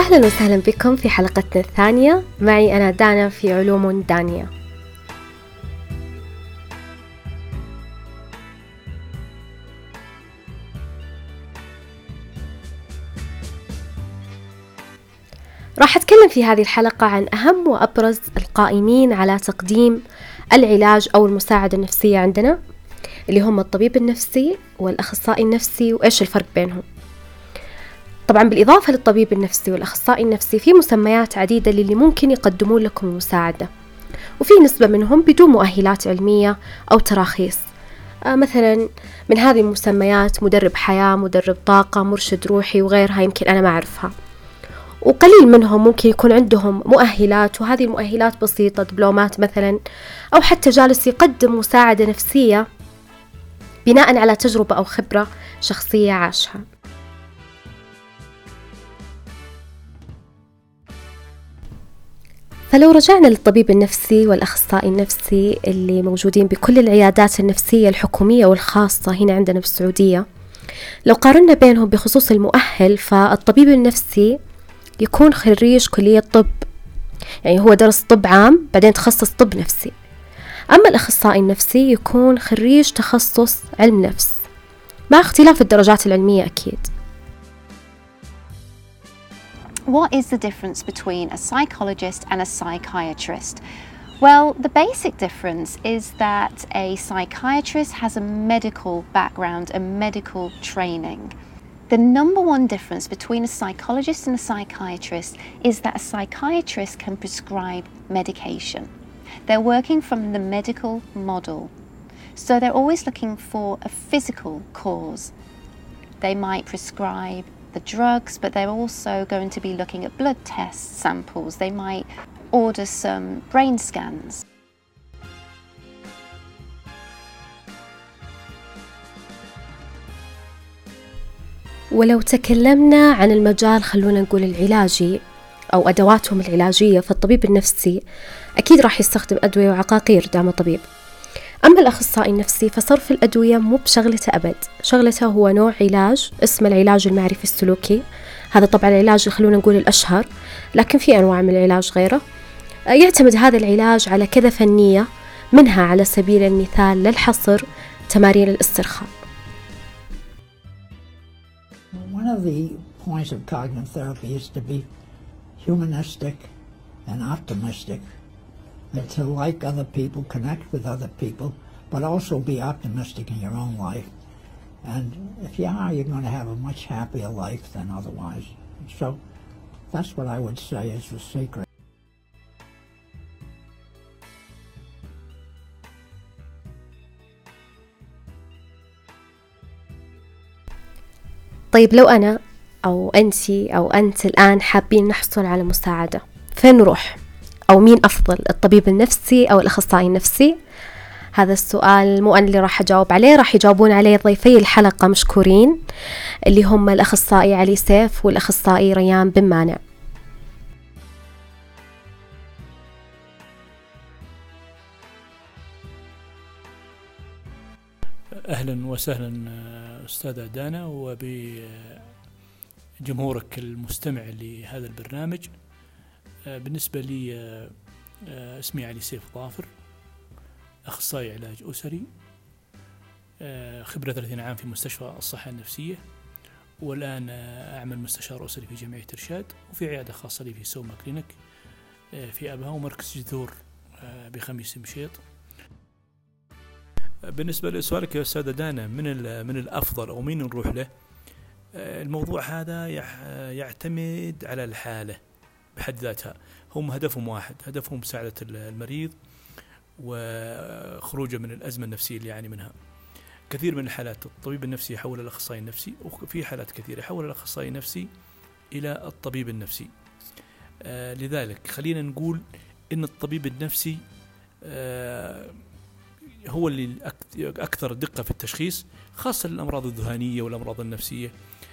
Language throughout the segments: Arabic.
أهلا وسهلا بكم في حلقتنا الثانية. معي أنا دانا في علوم دانية. راح أتكلم في هذه الحلقة عن أهم وأبرز القائمين على تقديم العلاج أو المساعدة النفسية عندنا، اللي هم الطبيب النفسي والأخصائي النفسي، وإيش الفرق بينهم. طبعا بالإضافة للطبيب النفسي والأخصائي النفسي في مسميات عديدة للي ممكن يقدمون لكم المساعدة، وفي نسبة منهم بدون مؤهلات علمية أو تراخيص. مثلا من هذه المسميات مدرب حياة، مدرب طاقة، مرشد روحي وغيرها يمكن أنا ما أعرفها. وقليل منهم ممكن يكون عندهم مؤهلات، وهذه المؤهلات بسيطة، دبلومات مثلا، أو حتى جالس يقدم مساعدة نفسية بناء على تجربة أو خبرة شخصية عاشها. فلو رجعنا للطبيب النفسي والأخصائي النفسي اللي موجودين بكل العيادات النفسية الحكومية والخاصة هنا عندنا بالسعودية، لو قارنا بينهم بخصوص المؤهل، فالطبيب النفسي يكون خريج كلية طب، يعني هو درس طب عام بعدين تخصص طب نفسي. أما الأخصائي النفسي يكون خريج تخصص علم نفس، مع اختلاف الدرجات العلمية أكيد. What is the difference between a psychologist and a psychiatrist? Well, the basic difference is that a psychiatrist has a medical background and medical training. The number one difference between a psychologist and a psychiatrist is that a psychiatrist can prescribe medication. They're working from the medical model, so they're always looking for a physical cause. They might prescribe the drugs, but they're also going to be looking at blood test samples. They might order some brain scans. ولو تكلمنا عن المجال خلونا نقول العلاجي أو أدواتهم العلاجية، فالطبيب النفسي أكيد راح يستخدم أدوية وعقاقير دام طبيب. أما الأخصائي النفسي فصرف الأدوية مو بشغلته أبد، شغلته هو نوع علاج اسمه العلاج المعرفي السلوكي. هذا طبعا العلاج خلونا نقول الأشهر، لكن في أنواع من العلاج غيره. يعتمد هذا العلاج على كذا فنية، منها على سبيل المثال للحصر تمارين الاسترخاء. One of the points of cognitive therapy is to be humanistic and optimistic, and to like other people, connect with other people, but also be optimistic in your own life. And if you are, you're going to have a much happier life than otherwise. So that's what I would say is the secret. طيب لو أنا أو أنتي أو أنت الآن حابين نحصل على مساعدة، فين نروح؟ أو مين أفضل، الطبيب النفسي أو الأخصائي النفسي؟ هذا السؤال مو أنا اللي راح أجاوب عليه، راح يجاوبون عليه ضيفي الحلقة مشكورين، اللي هم الأخصائي علي سيف والأخصائي ريان بن مانع. أهلا وسهلا أستاذة دانا وبجمهورك المستمع لهذا البرنامج. بالنسبة لي اسمي علي سيف ظافر، أخصائي علاج أسري، خبرة 30 عام في مستشفى الصحة النفسية، والآن أعمل مستشار أسري في جمعية إرشاد، وفي عيادة خاصة لي في سوما كلينيك في أبها، ومركز جذور بخميس مشيط. بالنسبة لسؤالك يا أستاذة دانا، من الأفضل أو مين نروح له، الموضوع هذا يعتمد على الحالة بحد ذاتها. هم هدفهم واحد، هدفهم مساعدة المريض وخروجه من الأزمة النفسية اللي يعاني منها. كثير من الحالات الطبيب النفسي يحول الأخصائي النفسي، وفي حالات كثيرة يحول الأخصائي النفسي إلى الطبيب النفسي. لذلك خلينا نقول إن الطبيب النفسي هو اللي أكثر دقة في التشخيص، خاصة للأمراض الذهانية والأمراض النفسية.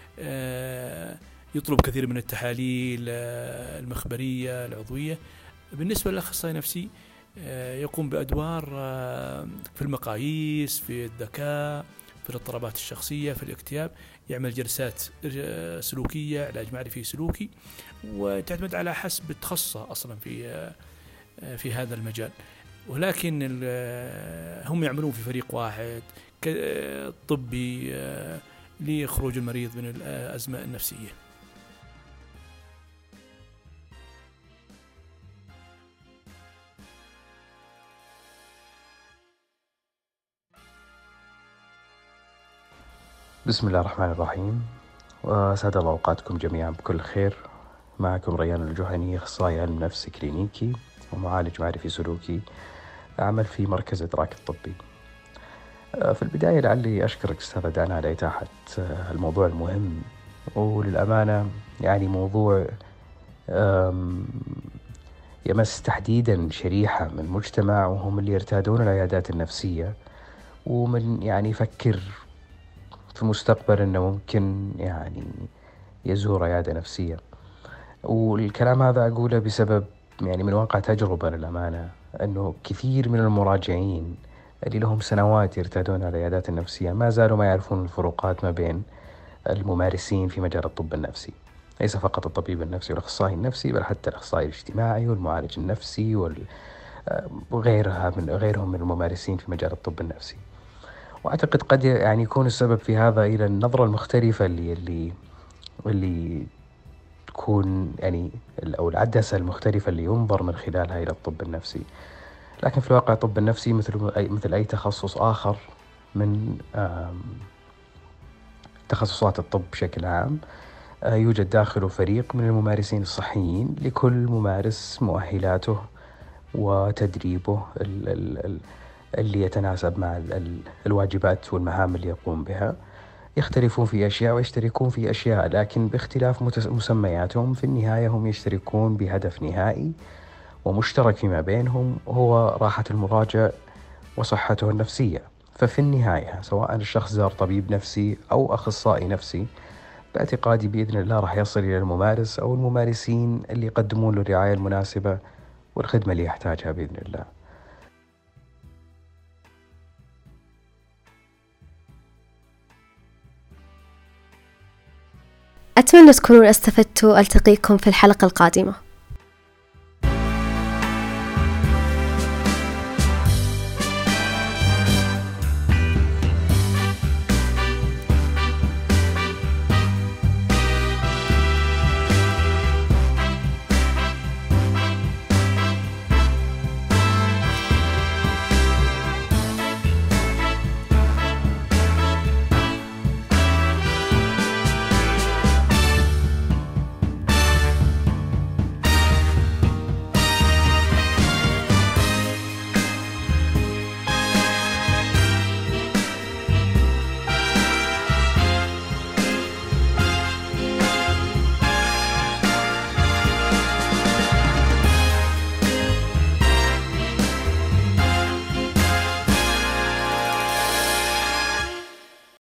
يطلب كثير من التحاليل المخبرية العضوية. بالنسبة للأخصائي النفسي يقوم بأدوار في المقاييس، في الذكاء، في الاضطرابات الشخصية، في الاكتئاب، يعمل جلسات سلوكية، علاج معرفي سلوكي، وتعتمد على حسب تخصصه أصلا في هذا المجال. ولكن هم يعملون في فريق واحد طبي لخروج المريض من الأزمة النفسية. بسم الله الرحمن الرحيم، وأسعد الله أوقاتكم جميعا بكل خير. معكم ريان الجهني، أخصائي علم نفس كلينيكي ومعالج معرفي سلوكي، أعمل في مركز إدراك الطبي. في البداية لعلي أشكرك أستاذة دانا على إتاحة الموضوع المهم، وللأمانة يعني موضوع يمس تحديدا شريحة من المجتمع، وهم اللي يرتادون العيادات النفسية، ومن يعني يفكر في مستقبل أنه ممكن يعني يزور عيادة نفسية. والكلام هذا أقوله بسبب يعني من واقع تجربة للأمانة، أنه كثير من المراجعين اللي لهم سنوات يرتادون على العيادات النفسية ما زالوا ما يعرفون الفروقات ما بين الممارسين في مجال الطب النفسي، ليس فقط الطبيب النفسي والأخصائي النفسي، بل حتى الأخصائي الاجتماعي والمعالج النفسي وغيرهم من الممارسين في مجال الطب النفسي. وأعتقد قد يعني يكون السبب في هذا إلى النظرة المختلفة اللي تكون يعني أو العدسة المختلفة اللي ينظر من خلالها إلى الطب النفسي. لكن في الواقع الطب النفسي مثل أي تخصص آخر من تخصصات الطب بشكل عام، يوجد داخله فريق من الممارسين الصحيين، لكل ممارس مؤهلاته وتدريبه اللي يتناسب مع الواجبات والمهام اللي يقوم بها. يختلفون في أشياء ويشتركون في أشياء، لكن باختلاف مسمياتهم في النهاية هم يشتركون بهدف نهائي ومشترك فيما بينهم، هو راحة المراجع وصحته النفسية. ففي النهاية سواء الشخص زار طبيب نفسي أو أخصائي نفسي، باعتقادي بإذن الله راح يصل إلى الممارس أو الممارسين اللي يقدمون له الرعاية المناسبة والخدمة اللي يحتاجها بإذن الله. أتمنى تكونوا استفدتوا. ألتقيكم في الحلقة القادمة.